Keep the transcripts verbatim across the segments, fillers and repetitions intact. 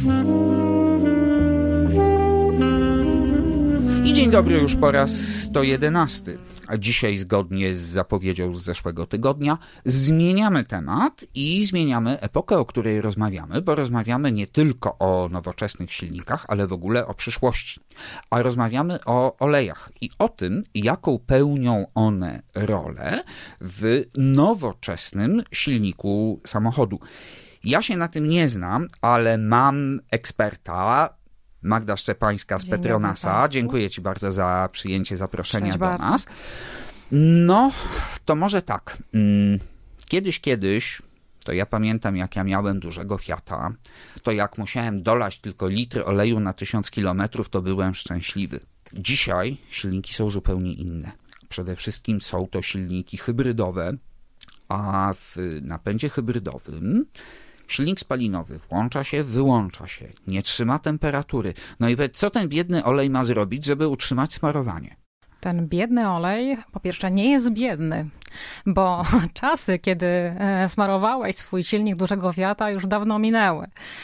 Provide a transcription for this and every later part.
I dzień dobry już po raz sto jedenasty. A dzisiaj, zgodnie z zapowiedzią z zeszłego tygodnia, zmieniamy temat i zmieniamy epokę, o której rozmawiamy, bo rozmawiamy nie tylko o nowoczesnych silnikach, ale w ogóle o przyszłości. A rozmawiamy o olejach i o tym, jaką pełnią one rolę w nowoczesnym silniku samochodu. Ja się na tym nie znam, ale mam eksperta, Magda Szczepańska z Dzień Petronasa. Dziękuję Ci bardzo za przyjęcie zaproszenia Cześć do bardzo. nas. No, to może tak. Kiedyś, kiedyś, to ja pamiętam, jak ja miałem dużego Fiata, to jak musiałem dolać tylko litr oleju na tysiąc kilometrów, to byłem szczęśliwy. Dzisiaj silniki są zupełnie inne. Przede wszystkim są to silniki hybrydowe, a w napędzie hybrydowym silnik spalinowy włącza się, wyłącza się, nie trzyma temperatury. No i co ten biedny olej ma zrobić, żeby utrzymać smarowanie? Ten biedny olej, po pierwsze, nie jest biedny, bo czasy, kiedy smarowałeś swój silnik dużego Fiata, już dawno minęły.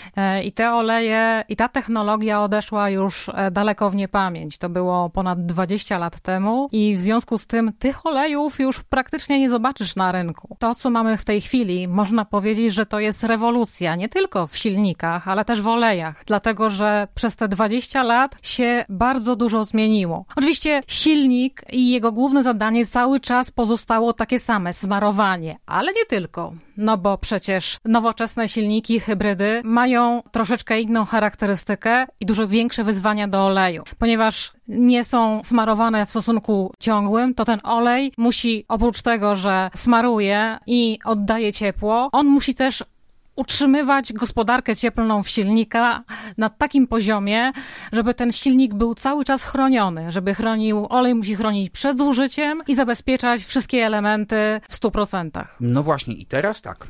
I te oleje, i ta technologia odeszła już daleko w niepamięć. To było ponad dwadzieścia lat temu i w związku z tym tych olejów już praktycznie nie zobaczysz na rynku. To, co mamy w tej chwili, można powiedzieć, że to jest rewolucja, nie tylko w silnikach, ale też w olejach, dlatego że przez te dwadzieścia lat się bardzo dużo zmieniło. Oczywiście silnik i jego główne zadanie cały czas pozostało takie same, smarowanie, ale nie tylko. No bo przecież nowoczesne silniki, hybrydy mają troszeczkę inną charakterystykę i dużo większe wyzwania do oleju. Ponieważ nie są smarowane w stosunku ciągłym, to ten olej musi, oprócz tego, że smaruje i oddaje ciepło, on musi też utrzymywać gospodarkę cieplną w silnika na takim poziomie, żeby ten silnik był cały czas chroniony, żeby chronił, olej musi chronić przed zużyciem i zabezpieczać wszystkie elementy w stu procentach. No właśnie i teraz tak,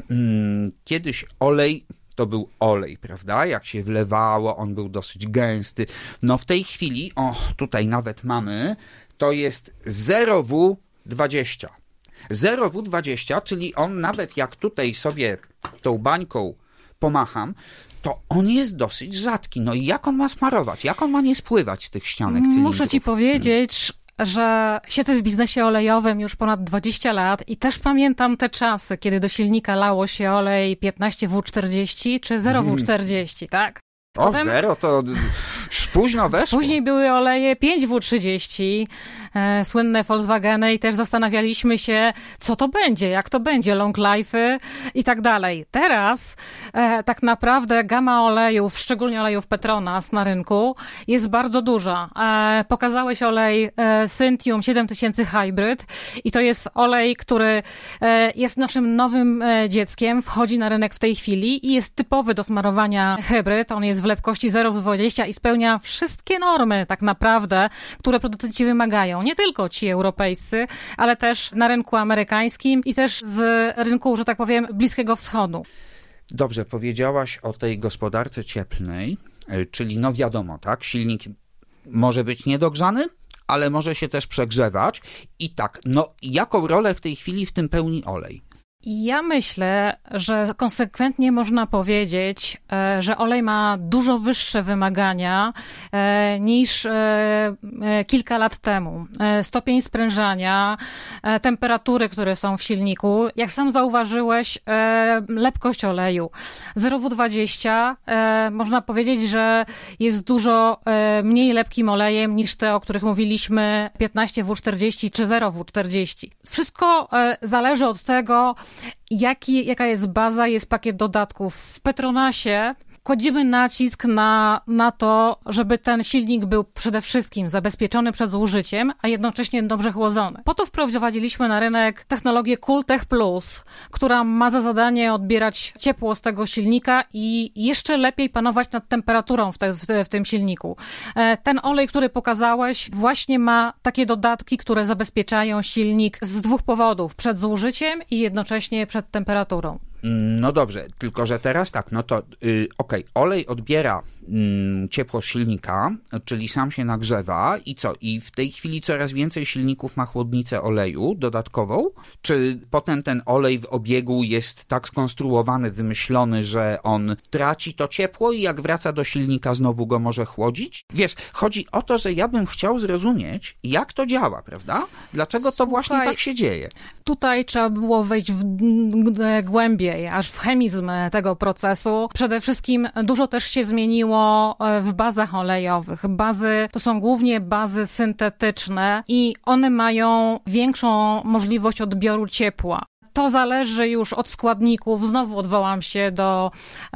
kiedyś olej to był olej, prawda? Jak się wlewało, on był dosyć gęsty. No w tej chwili, o tutaj nawet mamy, to jest zero W dwadzieścia. zero W dwadzieścia, czyli on nawet jak tutaj sobie tą bańką pomacham, to on jest dosyć rzadki. No i jak on ma smarować? Jak on ma nie spływać z tych ścianek cylindrów? Muszę ci powiedzieć, że siedzę w biznesie olejowym już ponad dwadzieścia lat i też pamiętam te czasy, kiedy do silnika lało się olej piętnaście W czterdzieści czy zero W czterdzieści, tak? O, Potem, zero to już późno weszło. Później były oleje pięć W trzydzieści, e, słynne Volkswageny i też zastanawialiśmy się, co to będzie, jak to będzie, long life'y i tak dalej. Teraz e, tak naprawdę gama olejów, szczególnie olejów Petronas na rynku jest bardzo duża. E, pokazałeś olej e, Synthium siedem tysięcy Hybrid i to jest olej, który e, jest naszym nowym e, dzieckiem, wchodzi na rynek w tej chwili i jest typowy do smarowania hybryd. On jest w lepkości zero W dwadzieścia i spełnia wszystkie normy tak naprawdę, które producenci wymagają. Nie tylko ci europejscy, ale też na rynku amerykańskim i też z rynku, że tak powiem, Bliskiego Wschodu. Dobrze, powiedziałaś o tej gospodarce cieplnej, czyli no wiadomo, tak, silnik może być niedogrzany, ale może się też przegrzewać. I tak, no jaką rolę w tej chwili w tym pełni olej? Ja myślę, że konsekwentnie można powiedzieć, że olej ma dużo wyższe wymagania niż kilka lat temu. Stopień sprężania, temperatury, które są w silniku. Jak sam zauważyłeś, lepkość oleju. zero W dwadzieścia można powiedzieć, że jest dużo mniej lepkim olejem niż te, o których mówiliśmy, piętnaście W czterdzieści czy zero W czterdzieści. Wszystko zależy od tego, Jaki, jaka jest baza, jest pakiet dodatków. W Petronasie kładziemy nacisk na, na to, żeby ten silnik był przede wszystkim zabezpieczony przed zużyciem, a jednocześnie dobrze chłodzony. Po to wprowadziliśmy na rynek technologię CoolTech Plus, która ma za zadanie odbierać ciepło z tego silnika i jeszcze lepiej panować nad temperaturą w, te, w, w tym silniku. Ten olej, który pokazałeś, właśnie ma takie dodatki, które zabezpieczają silnik z dwóch powodów. Przed zużyciem i jednocześnie przed temperaturą. No dobrze, tylko że teraz tak, no to yy, okej, okay, olej odbiera mm, ciepło z silnika, czyli sam się nagrzewa i co? I w tej chwili coraz więcej silników ma chłodnicę oleju dodatkową? Czy potem ten olej w obiegu jest tak skonstruowany, wymyślony, że on traci to ciepło i jak wraca do silnika znowu go może chłodzić? Wiesz, chodzi o to, że ja bym chciał zrozumieć, jak to działa, prawda? Dlaczego to właśnie tak się dzieje? Tutaj trzeba było wejść w głębiej, aż w chemizm tego procesu. Przede wszystkim dużo też się zmieniło w bazach olejowych. Bazy to są głównie bazy syntetyczne i one mają większą możliwość odbioru ciepła. To zależy już od składników. Znowu odwołam się do,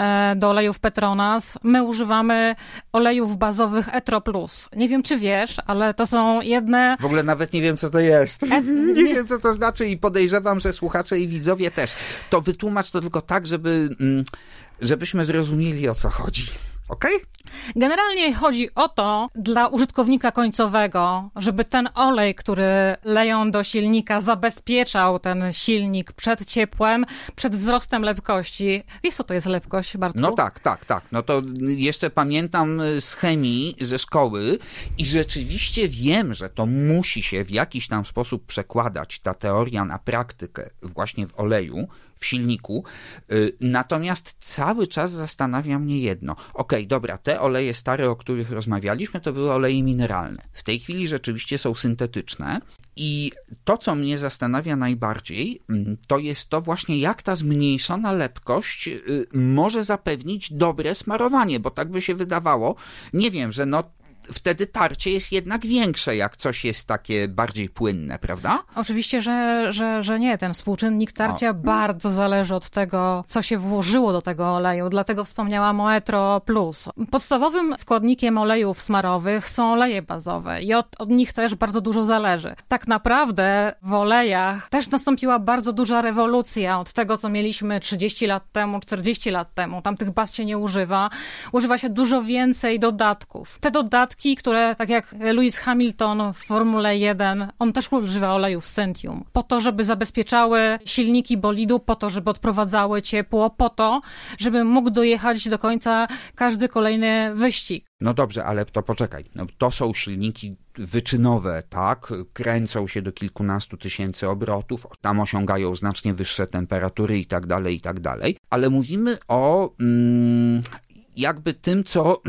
do olejów Petronas. My używamy olejów bazowych Etro Plus. Nie wiem, czy wiesz, ale to są jedne... W ogóle nawet nie wiem, co to jest. E... Nie wiem, co to znaczy i podejrzewam, że słuchacze i widzowie też. To wytłumacz to tylko tak, żeby, żebyśmy zrozumieli, o co chodzi. Okej? Okay? Generalnie chodzi o to dla użytkownika końcowego, żeby ten olej, który leją do silnika, zabezpieczał ten silnik przed ciepłem, przed wzrostem lepkości. Wiesz, co to jest lepkość, Bartku? No tak, tak, tak. No to jeszcze pamiętam z chemii, ze szkoły i rzeczywiście wiem, że to musi się w jakiś tam sposób przekładać, ta teoria na praktykę właśnie w oleju, w silniku. Natomiast cały czas zastanawia mnie jedno. Okej, dobra, te oleje stare, o których rozmawialiśmy, to były oleje mineralne. W tej chwili rzeczywiście są syntetyczne i to, co mnie zastanawia najbardziej, to jest to właśnie, jak ta zmniejszona lepkość może zapewnić dobre smarowanie, bo tak by się wydawało, nie wiem, że no wtedy tarcie jest jednak większe, jak coś jest takie bardziej płynne, prawda? Oczywiście, że, że, że nie. Ten współczynnik tarcia o. bardzo zależy od tego, co się włożyło do tego oleju. Dlatego wspomniałam o Etro Plus. Podstawowym składnikiem olejów smarowych są oleje bazowe i od, od nich też bardzo dużo zależy. Tak naprawdę w olejach też nastąpiła bardzo duża rewolucja od tego, co mieliśmy trzydzieści lat temu, czterdzieści lat temu. Tam tych baz się nie używa. Używa się dużo więcej dodatków. Te dodatki, które, tak jak Lewis Hamilton w Formule jeden, on też używa olejów Centium, po to, żeby zabezpieczały silniki bolidu, po to, żeby odprowadzały ciepło, po to, żeby mógł dojechać do końca każdy kolejny wyścig. No dobrze, ale to poczekaj. No, to są silniki wyczynowe, tak? Kręcą się do kilkunastu tysięcy obrotów, tam osiągają znacznie wyższe temperatury i tak dalej, i tak dalej. Ale mówimy o mm, jakby tym, co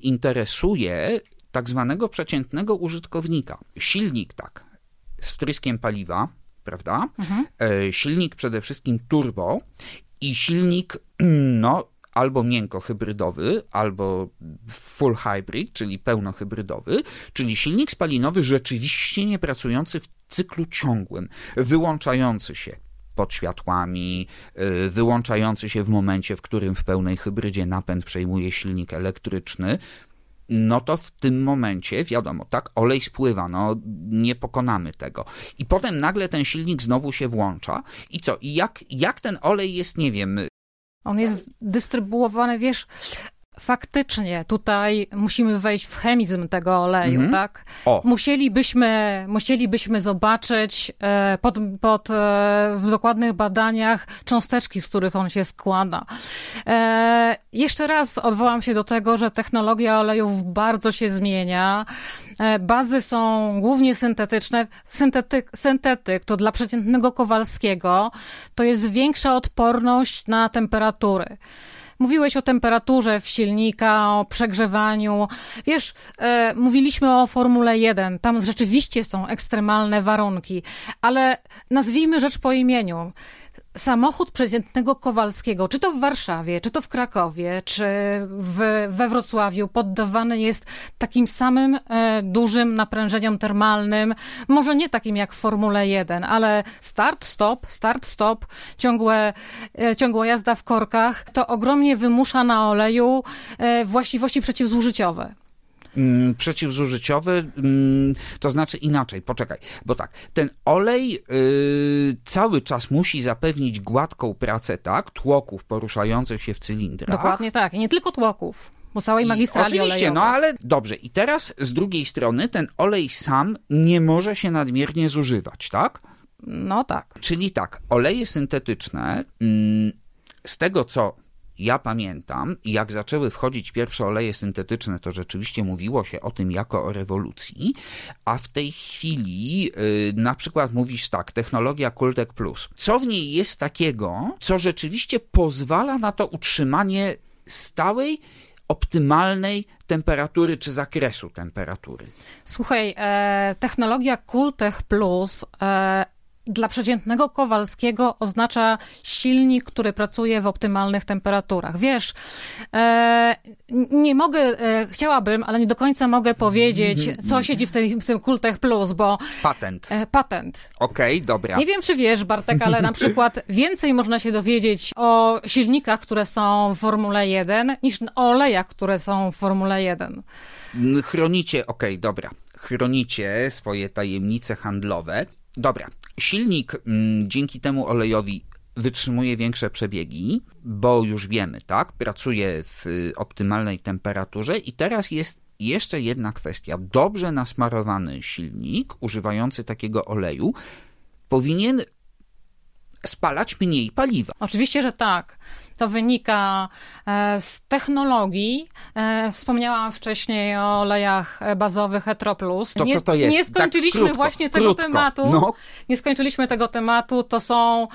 interesuje tak zwanego przeciętnego użytkownika. Silnik, tak, z wtryskiem paliwa, prawda? Mhm. E, silnik przede wszystkim turbo i silnik, no, albo miękko-hybrydowy, albo full hybrid, czyli pełnohybrydowy, czyli silnik spalinowy rzeczywiście nie pracujący w cyklu ciągłym, wyłączający się pod światłami, wyłączający się w momencie, w którym w pełnej hybrydzie napęd przejmuje silnik elektryczny, no to w tym momencie, wiadomo, tak, olej spływa, no nie pokonamy tego. I potem nagle ten silnik znowu się włącza i co? I jak, jak ten olej jest, nie wiem... On jest dystrybuowany, wiesz... Faktycznie tutaj musimy wejść w chemizm tego oleju, mm-hmm. tak? O. Musielibyśmy, musielibyśmy zobaczyć e, pod, pod, e, w dokładnych badaniach cząsteczki, z których on się składa. E, jeszcze raz odwołam się do tego, że technologia olejów bardzo się zmienia. E, bazy są głównie syntetyczne. Syntetyk, syntetyk to dla przeciętnego Kowalskiego to jest większa odporność na temperatury. Mówiłeś o temperaturze w silnika, o przegrzewaniu. Wiesz, e, mówiliśmy o Formule jeden. Tam rzeczywiście są ekstremalne warunki, ale nazwijmy rzecz po imieniu. Samochód przeciętnego Kowalskiego, czy to w Warszawie, czy to w Krakowie, czy w, we Wrocławiu, poddawany jest takim samym e, dużym naprężeniom termalnym, może nie takim jak w Formule jeden, ale start, stop, start, stop, ciągłe, e, ciągła jazda w korkach, to ogromnie wymusza na oleju e, właściwości przeciwzużyciowe. Przeciwzużyciowy, to znaczy inaczej, poczekaj, bo tak, ten olej yy, cały czas musi zapewnić gładką pracę, tak, tłoków poruszających się w cylindrach. Dokładnie tak, i nie tylko tłoków, bo całej magistrali olejowej. Oczywiście, no ale dobrze, i teraz z drugiej strony ten olej sam nie może się nadmiernie zużywać, tak? No tak. Czyli tak, oleje syntetyczne, yy, z tego co ja pamiętam, jak zaczęły wchodzić pierwsze oleje syntetyczne, to rzeczywiście mówiło się o tym jako o rewolucji, a w tej chwili yy, na przykład mówisz tak, technologia Cooltech Plus. Co w niej jest takiego, co rzeczywiście pozwala na to utrzymanie stałej, optymalnej temperatury czy zakresu temperatury? Słuchaj, e, technologia Cooltech Plus e, dla przeciętnego Kowalskiego oznacza silnik, który pracuje w optymalnych temperaturach. Wiesz, e, nie mogę, e, chciałabym, ale nie do końca mogę powiedzieć, co siedzi w, tej, w tym Cooltech Plus, bo... Patent. E, patent. Okej, okay, dobra. Nie wiem, czy wiesz, Bartek, ale na przykład więcej można się dowiedzieć o silnikach, które są w Formule jeden, niż o olejach, które są w Formule jeden. Chronicie, okej, okay, dobra. Chronicie swoje tajemnice handlowe. Dobra, silnik m, dzięki temu olejowi wytrzymuje większe przebiegi, bo już wiemy, tak, pracuje w optymalnej temperaturze i teraz jest jeszcze jedna kwestia. Dobrze nasmarowany silnik, używający takiego oleju, powinien spalać mniej paliwa. Oczywiście, że tak. To wynika z technologii. Wspomniałam wcześniej o olejach bazowych Etroplus. To co to jest? Nie skończyliśmy tak, krótko, właśnie tego krótko. tematu. No. Nie skończyliśmy tego tematu. To są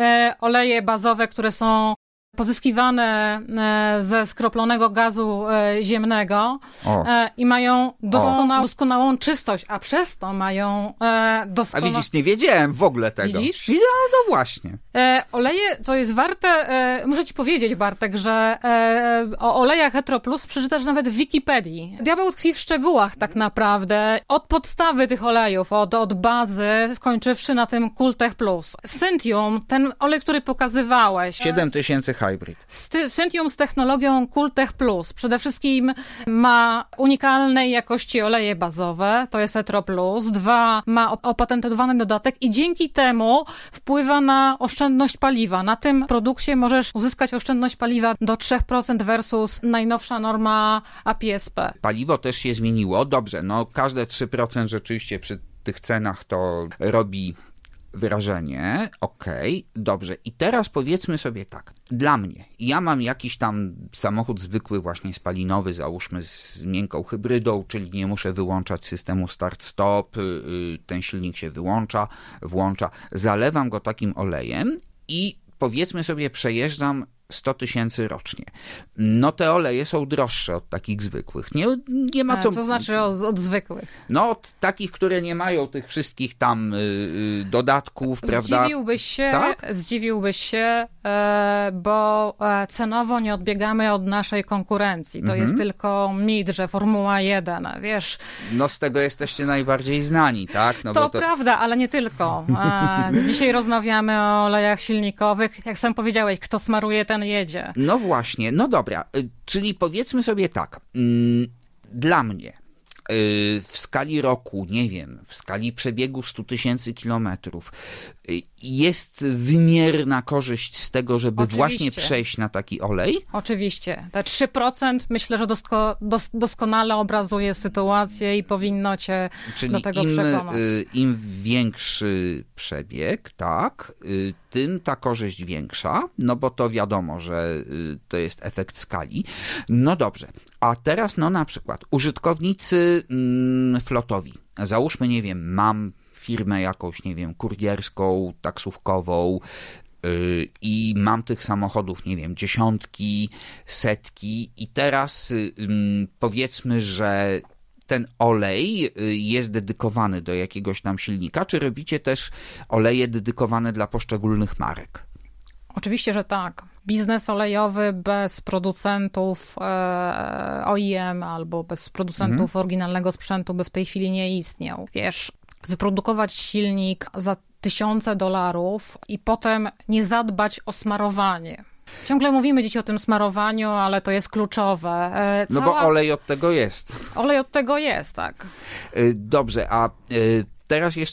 oleje bazowe, które są pozyskiwane ze skroplonego gazu ziemnego o. i mają doskona- doskonałą czystość, a przez to mają doskonałą... A widzisz, nie wiedziałem w ogóle tego. Widzisz? Ja, no właśnie. Oleje to jest warte, muszę ci powiedzieć, Bartek, że o olejach Etroplus przeczytasz nawet w Wikipedii. Diabeł tkwi w szczegółach tak naprawdę. Od podstawy tych olejów, od, od bazy, skończywszy na tym Cooltech Plus. Synthium, ten olej, który pokazywałeś. siedem tysięcy hybrid. Synthium z technologią Cooltech Plus. Przede wszystkim ma unikalnej jakości oleje bazowe, to jest Etroplus. Dwa, ma opatentowany dodatek i dzięki temu wpływa na oszczędność paliwa. Na tym produkcie możesz uzyskać oszczędność paliwa do trzy procent versus najnowsza norma A P S P. Paliwo też się zmieniło. Dobrze, no każde trzy procent rzeczywiście przy tych cenach to robi wyrażenie. Okej, okay, dobrze. I teraz powiedzmy sobie tak. Dla mnie, ja mam jakiś tam samochód zwykły, właśnie spalinowy, załóżmy z miękką hybrydą, czyli nie muszę wyłączać systemu start-stop, ten silnik się wyłącza, włącza. Zalewam go takim olejem i powiedzmy sobie przejeżdżam sto tysięcy rocznie. No te oleje są droższe od takich zwykłych. Nie, nie ma co... Co znaczy od, od zwykłych? No od takich, które nie mają tych wszystkich tam y, dodatków, prawda? Zdziwiłbyś się, tak? Zdziwiłbyś się, e, bo e, cenowo nie odbiegamy od naszej konkurencji. To mhm. jest tylko mit, że Formuła jeden, wiesz... No z tego jesteście najbardziej znani, tak? No to, bo to prawda, ale nie tylko. E, dzisiaj rozmawiamy o olejach silnikowych. Jak sam powiedziałeś, kto smaruje, ten jedzie. No właśnie, no dobra, czyli powiedzmy sobie tak, dla mnie w skali roku, nie wiem, w skali przebiegu sto tysięcy kilometrów jest wymierna korzyść z tego, żeby Oczywiście. właśnie przejść na taki olej? Oczywiście. Te trzy procent myślę, że dosko, dos, doskonale obrazuje sytuację i powinno cię Czyli do tego im, przekonać. im większy przebieg, tak, tym ta korzyść większa, no bo to wiadomo, że to jest efekt skali. No dobrze, a teraz no na przykład użytkownicy mm, flotowi. Załóżmy, nie wiem, mam firmę jakąś, nie wiem, kurierską, taksówkową yy, i mam tych samochodów, nie wiem, dziesiątki, setki i teraz yy, powiedzmy, że ten olej jest dedykowany do jakiegoś tam silnika, czy robicie też oleje dedykowane dla poszczególnych marek? Oczywiście, że tak. Biznes olejowy bez producentów e, O E M albo bez producentów mhm. oryginalnego sprzętu by w tej chwili nie istniał. Wiesz, wyprodukować silnik za tysiące dolarów i potem nie zadbać o smarowanie. Ciągle mówimy dziś o tym smarowaniu, ale to jest kluczowe. E, cała... No bo olej od tego jest. Olej od tego jest, tak. Dobrze, a teraz jeszcze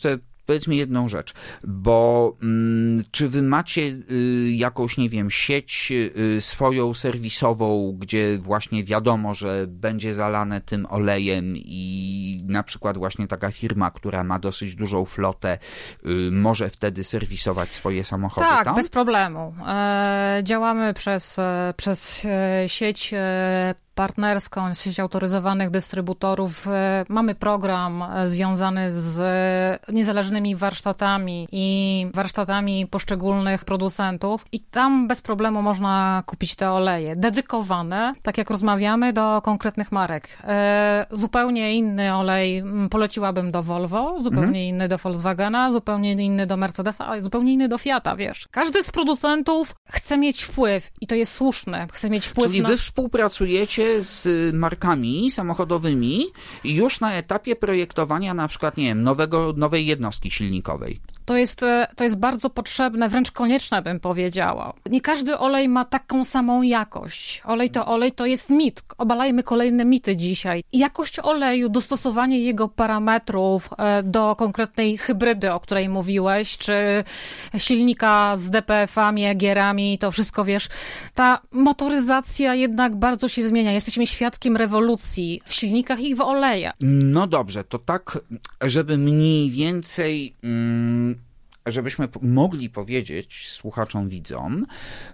powiedz mi jedną rzecz, bo mm, czy wy macie y, jakąś, nie wiem, sieć y, swoją serwisową, gdzie właśnie wiadomo, że będzie zalane tym olejem i na przykład właśnie taka firma, która ma dosyć dużą flotę, y, może wtedy serwisować swoje samochody tak, tam? bez problemu. E, działamy przez, przez sieć e, partnerską, sieć autoryzowanych dystrybutorów. Mamy program związany z niezależnymi warsztatami i warsztatami poszczególnych producentów i tam bez problemu można kupić te oleje dedykowane, tak jak rozmawiamy, do konkretnych marek. Zupełnie inny olej poleciłabym do Volvo, zupełnie mhm. inny do Volkswagena, zupełnie inny do Mercedesa, a zupełnie inny do Fiata, wiesz. Każdy z producentów chce mieć wpływ i to jest słuszne. Chce mieć wpływ Czyli na... wy współpracujecie z markami samochodowymi już na etapie projektowania na przykład, nie wiem, nowego, nowej jednostki silnikowej. To jest, to jest bardzo potrzebne, wręcz konieczne, bym powiedziała. Nie każdy olej ma taką samą jakość. Olej to olej, to jest mit. Obalajmy kolejne mity dzisiaj. Jakość oleju, dostosowanie jego parametrów do konkretnej hybrydy, o której mówiłeś, czy silnika z D P F-ami, E G R-ami, to wszystko, wiesz, ta motoryzacja jednak bardzo się zmienia. Jesteśmy świadkiem rewolucji w silnikach i w olejach. No dobrze, to tak, żeby mniej więcej... Mm... żebyśmy mogli powiedzieć słuchaczom, widzom,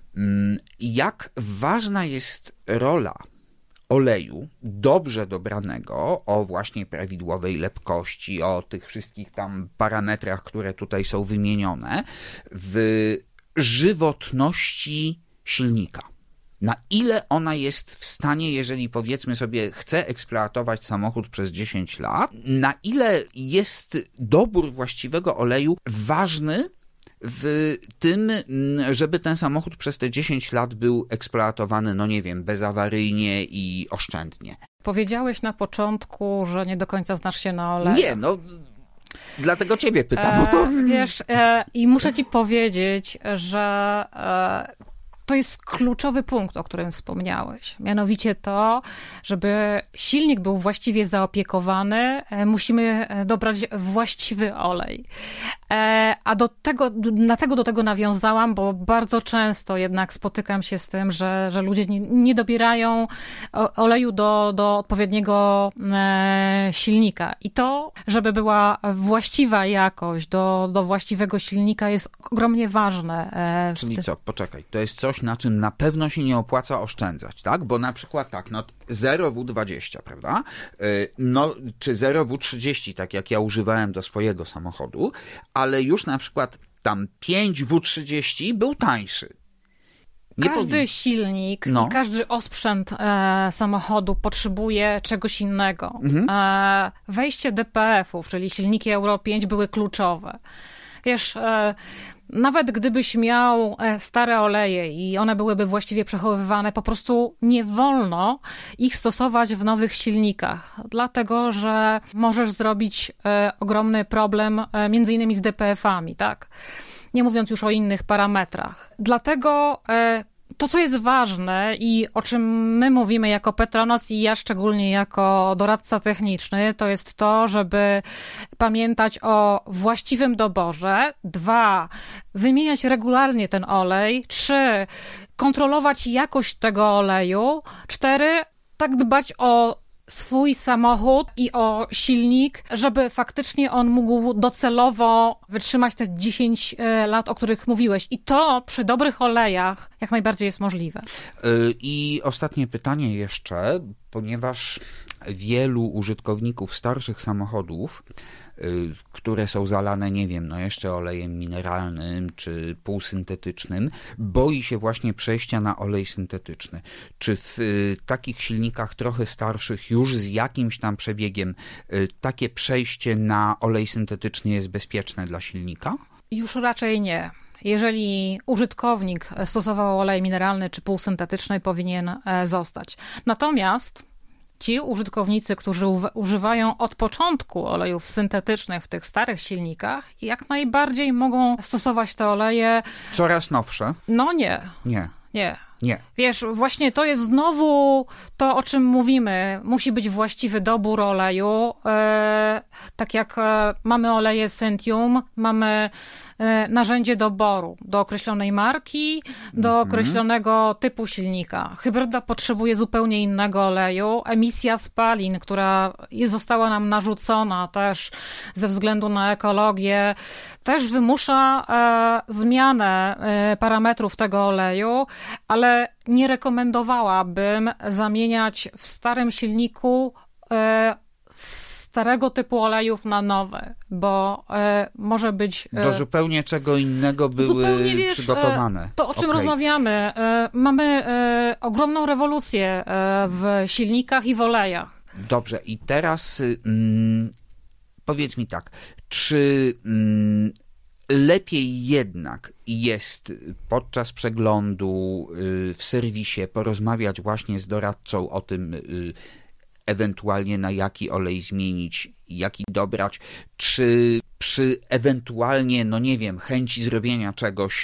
jak ważna jest rola oleju dobrze dobranego, o właśnie prawidłowej lepkości, o tych wszystkich tam parametrach, które tutaj są wymienione, w żywotności silnika. Na ile ona jest w stanie, jeżeli powiedzmy sobie chce eksploatować samochód przez dziesięć lat, na ile jest dobór właściwego oleju ważny w tym, żeby ten samochód przez te dziesięć lat był eksploatowany, no nie wiem, bezawaryjnie i oszczędnie. Powiedziałeś na początku, że nie do końca znasz się na oleju. Nie, no... Dlatego ciebie pytam o to. E, wiesz, e, i muszę ci powiedzieć, że e, to jest kluczowy punkt, o którym wspomniałeś. Mianowicie to, żeby silnik był właściwie zaopiekowany, musimy dobrać właściwy olej. A do tego, dlatego do tego nawiązałam, bo bardzo często jednak spotykam się z tym, że, że ludzie nie, nie dobierają oleju do, do odpowiedniego silnika. I to, żeby była właściwa jakość do, do właściwego silnika, jest ogromnie ważne. Czyli co? Poczekaj, to jest coś, na czym na pewno się nie opłaca oszczędzać, tak? Bo na przykład tak, no zero W dwadzieścia, prawda? No, czy zero W trzydzieści, tak jak ja używałem do swojego samochodu, ale już na przykład tam pięć W trzydzieści był tańszy. Nie każdy powin... silnik no. i każdy osprzęt e, samochodu potrzebuje czegoś innego. Mhm. E, wejście D P F-ów, czyli silniki Euro pięć, były kluczowe. Wiesz, e, nawet gdybyś miał stare oleje i one byłyby właściwie przechowywane, po prostu nie wolno ich stosować w nowych silnikach, dlatego że możesz zrobić ogromny problem między innymi z D P F-ami, tak? Nie mówiąc już o innych parametrach. Dlatego to, co jest ważne i o czym my mówimy jako Petronas i ja szczególnie jako doradca techniczny, to jest to, żeby pamiętać o właściwym doborze. Dwa, wymieniać regularnie ten olej. Trzy, kontrolować jakość tego oleju. Cztery, tak dbać o swój samochód i o silnik, żeby faktycznie on mógł docelowo wytrzymać te dziesięć lat, o których mówiłeś. I to przy dobrych olejach jak najbardziej jest możliwe. I ostatnie pytanie jeszcze, ponieważ wielu użytkowników starszych samochodów, które są zalane, nie wiem, no jeszcze olejem mineralnym czy półsyntetycznym, boi się właśnie przejścia na olej syntetyczny. Czy w takich silnikach trochę starszych już z jakimś tam przebiegiem takie przejście na olej syntetyczny jest bezpieczne dla silnika? Już raczej nie. Jeżeli użytkownik stosował olej mineralny czy półsyntetyczny, powinien zostać. Natomiast ci użytkownicy, którzy używają od początku olejów syntetycznych w tych starych silnikach, jak najbardziej mogą stosować te oleje. Coraz nowsze? No nie. Nie. Nie. Nie. Wiesz, właśnie to jest znowu to, o czym mówimy. Musi być właściwy dobór oleju. E, tak jak e, mamy oleje Syntium, mamy e, narzędzie doboru do określonej marki, do mm-hmm. określonego typu silnika. Hybryda potrzebuje zupełnie innego oleju. Emisja spalin, która została nam narzucona też ze względu na ekologię, też wymusza e, zmianę e, parametrów tego oleju, ale nie rekomendowałabym zamieniać w starym silniku e, starego typu olejów na nowe, bo e, może być... E, Do zupełnie czego innego były zupełnie, wiesz, przygotowane. E, to, o czym okay. rozmawiamy. E, mamy e, ogromną rewolucję e, w silnikach i w olejach. Dobrze, i teraz mm, powiedz mi tak, czy... Mm, lepiej jednak jest podczas przeglądu w serwisie porozmawiać właśnie z doradcą o tym, ewentualnie na jaki olej zmienić, jaki dobrać, czy przy ewentualnie, no nie wiem, chęci zrobienia czegoś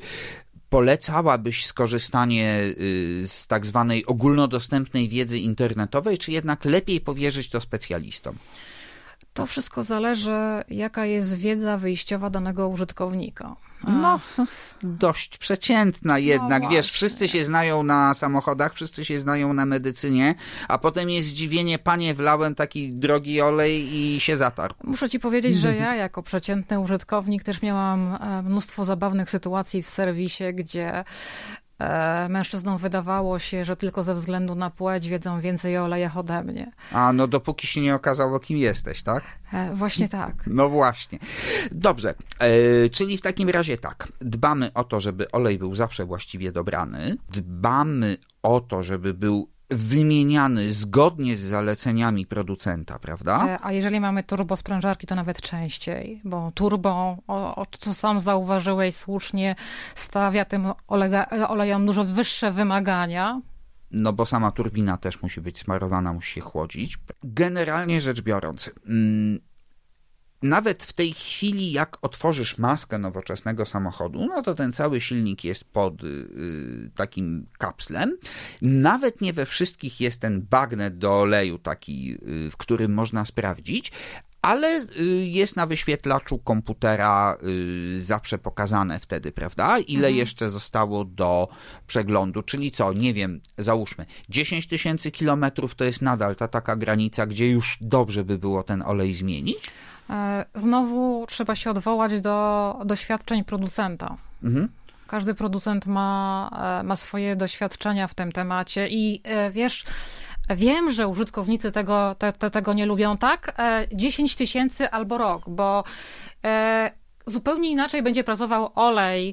polecałabyś skorzystanie z tak zwanej ogólnodostępnej wiedzy internetowej, czy jednak lepiej powierzyć to specjalistom? To wszystko zależy, jaka jest wiedza wyjściowa danego użytkownika. No, dość przeciętna jednak, no wiesz, wszyscy się znają na samochodach, wszyscy się znają na medycynie, a potem jest zdziwienie, panie, wlałem taki drogi olej i się zatarł. Muszę ci powiedzieć, że ja jako przeciętny użytkownik też miałam mnóstwo zabawnych sytuacji w serwisie, gdzie mężczyznom wydawało się, że tylko ze względu na płeć wiedzą więcej o olejach ode mnie. A no dopóki się nie okazało, kim jesteś, tak? E, właśnie tak. No właśnie. Dobrze, e, czyli w takim razie tak, dbamy o to, żeby olej był zawsze właściwie dobrany, dbamy o to, żeby był wymieniany zgodnie z zaleceniami producenta, prawda? A jeżeli mamy turbosprężarki, to nawet częściej, bo turbo, o, o, co sam zauważyłeś słusznie, stawia tym olega, olejom dużo wyższe wymagania. No bo sama turbina też musi być smarowana, musi się chłodzić. Generalnie rzecz biorąc, mm, nawet w tej chwili, jak otworzysz maskę nowoczesnego samochodu, no to ten cały silnik jest pod y, takim kapslem. Nawet nie we wszystkich jest ten bagnet do oleju taki, y, w którym można sprawdzić, ale y, jest na wyświetlaczu komputera y, zawsze pokazane wtedy, prawda? Ile mhm. jeszcze zostało do przeglądu, czyli co, nie wiem, załóżmy, dziesięć tysięcy kilometrów to jest nadal ta taka granica, gdzie już dobrze by było ten olej zmienić? Znowu trzeba się odwołać do doświadczeń producenta. Mhm. Każdy producent ma, ma swoje doświadczenia w tym temacie i wiesz, wiem, że użytkownicy tego, te, te, tego nie lubią, tak? dziesięć tysięcy albo rok, bo zupełnie inaczej będzie pracował olej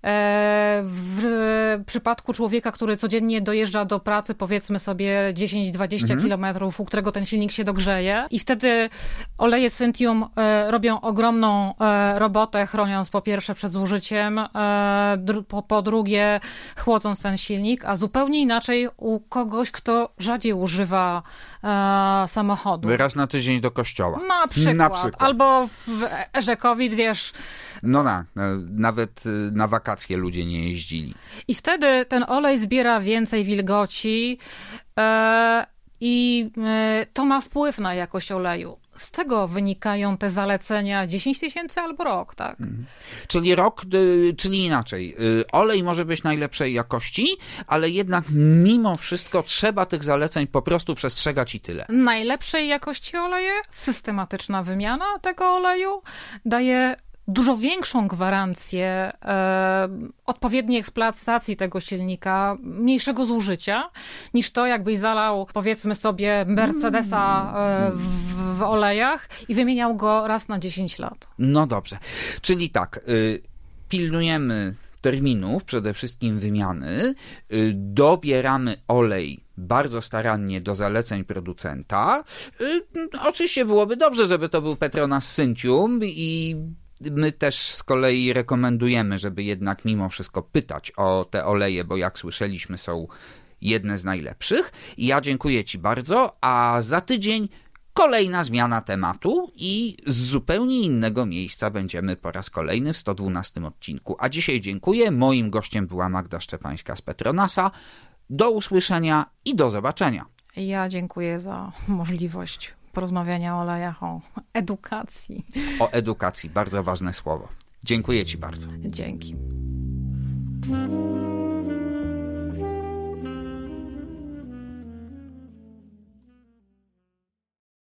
w przypadku człowieka, który codziennie dojeżdża do pracy, powiedzmy sobie dziesięć dwadzieścia mhm. kilometrów, u którego ten silnik się dogrzeje i wtedy oleje Syntium robią ogromną robotę, chroniąc po pierwsze przed zużyciem, po, po drugie chłodząc ten silnik, a zupełnie inaczej u kogoś, kto rzadziej używa samochodu. Raz na tydzień do kościoła. Na przykład. Na przykład. Albo w erze COVID, wiesz. No na, nawet na wakacje ludzie nie jeździli. I wtedy ten olej zbiera więcej wilgoci e, i e, to ma wpływ na jakość oleju. Z tego wynikają te zalecenia dziesięć tysięcy albo rok, tak? Mhm. Czyli rok, czyli inaczej. Olej może być najlepszej jakości, ale jednak mimo wszystko trzeba tych zaleceń po prostu przestrzegać i tyle. Najlepszej jakości oleje, systematyczna wymiana tego oleju daje dużo większą gwarancję e, odpowiedniej eksploatacji tego silnika, mniejszego zużycia, niż to, jakbyś zalał, powiedzmy sobie, Mercedesa e, w, w olejach i wymieniał go raz na dziesięć lat. No dobrze. Czyli tak, y, pilnujemy terminów, przede wszystkim wymiany, y, dobieramy olej bardzo starannie do zaleceń producenta. Y, oczywiście byłoby dobrze, żeby to był Petronas Syntium i my też z kolei rekomendujemy, żeby jednak mimo wszystko pytać o te oleje, bo jak słyszeliśmy, są jedne z najlepszych. I ja dziękuję Ci bardzo, a za tydzień kolejna zmiana tematu i z zupełnie innego miejsca będziemy po raz kolejny w sto dwunastym odcinku. A dzisiaj dziękuję. Moim gościem była Magda Szczepańska z Petronasa. Do usłyszenia i do zobaczenia. Ja dziękuję za możliwość porozmawiania o olejach, o edukacji. O edukacji, bardzo ważne słowo. Dziękuję Ci bardzo. Dzięki.